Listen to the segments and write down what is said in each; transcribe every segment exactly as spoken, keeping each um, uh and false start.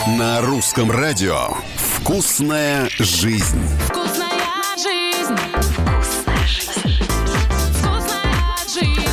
На русском радио «Вкусная жизнь». Вкусная жизнь. Вкусная жизнь. Вкусная жизнь.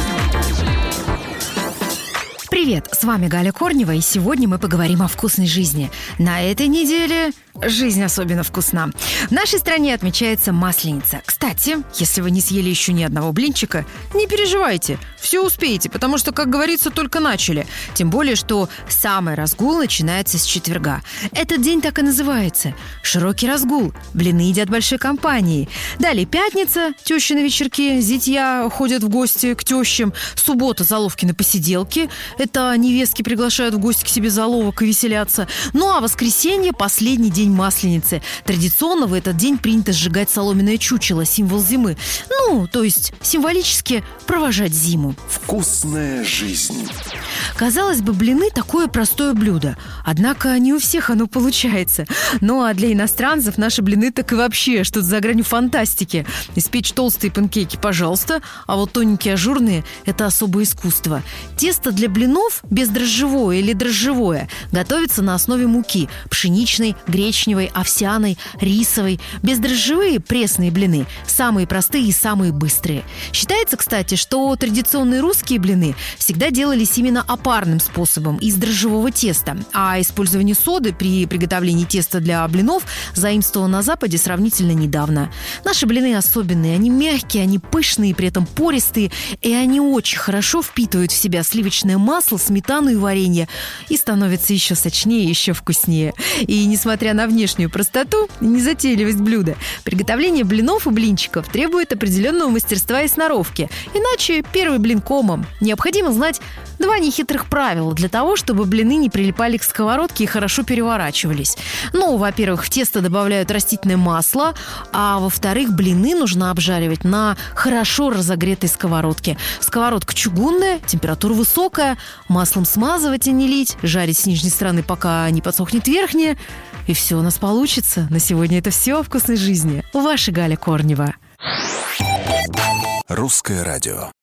Привет, с вами Галя Корнева, и сегодня мы поговорим о вкусной жизни. На этой неделе жизнь особенно вкусна. В нашей стране отмечается Масленица. Кстати, если вы не съели еще ни одного блинчика, не переживайте, все успеете, потому что, как говорится, только начали. Тем более, что самый разгул начинается с четверга. Этот день так и называется – широкий разгул. Блины едят большой компанией. Далее пятница, тещины вечерки, зятья ходят в гости к тещам. Суббота – заловки на посиделки. Это невестки приглашают в гости к себе заловок и веселятся. Ну а воскресенье – последний день Масленицы. Традиционно в этот день принято сжигать соломенное чучело, символ зимы. Ну, то есть символически провожать зиму. «Вкусная жизнь». Казалось бы, блины – такое простое блюдо. Однако не у всех оно получается. Ну а для иностранцев наши блины так и вообще что-то за гранью фантастики. Испечь толстые панкейки – пожалуйста, а вот тоненькие ажурные – это особое искусство. Тесто для блинов бездрожжевое или дрожжевое готовится на основе муки – пшеничной, гречневой, овсяной, рисовой. Бездрожжевые пресные блины – самые простые и самые быстрые. Считается, кстати, что традиционные русские блины всегда делались именно опарным способом из дрожжевого теста, а использование соды при приготовлении теста для блинов заимствовано на Западе сравнительно недавно. Наши блины особенные, они мягкие, они пышные, при этом пористые, и они очень хорошо впитывают в себя сливочное масло, сметану и варенье, и становятся еще сочнее, еще вкуснее. И несмотря на внешнюю простоту и незатейливость блюда, приготовление блинов и блинчиков требует определенного мастерства и сноровки, иначе первый блин комом. Необходимо знать два нехитрых правила для того, чтобы блины не прилипали к сковородке и хорошо переворачивались. Ну, во-первых, в тесто добавляют растительное масло, а во-вторых, блины нужно обжаривать на хорошо разогретой сковородке. Сковородка чугунная, температура высокая, маслом смазывать и не лить, жарить с нижней стороны, пока не подсохнет верхняя. И все у нас получится. На сегодня это все о вкусной жизни. Ваша Галя Корнева. Русское радио.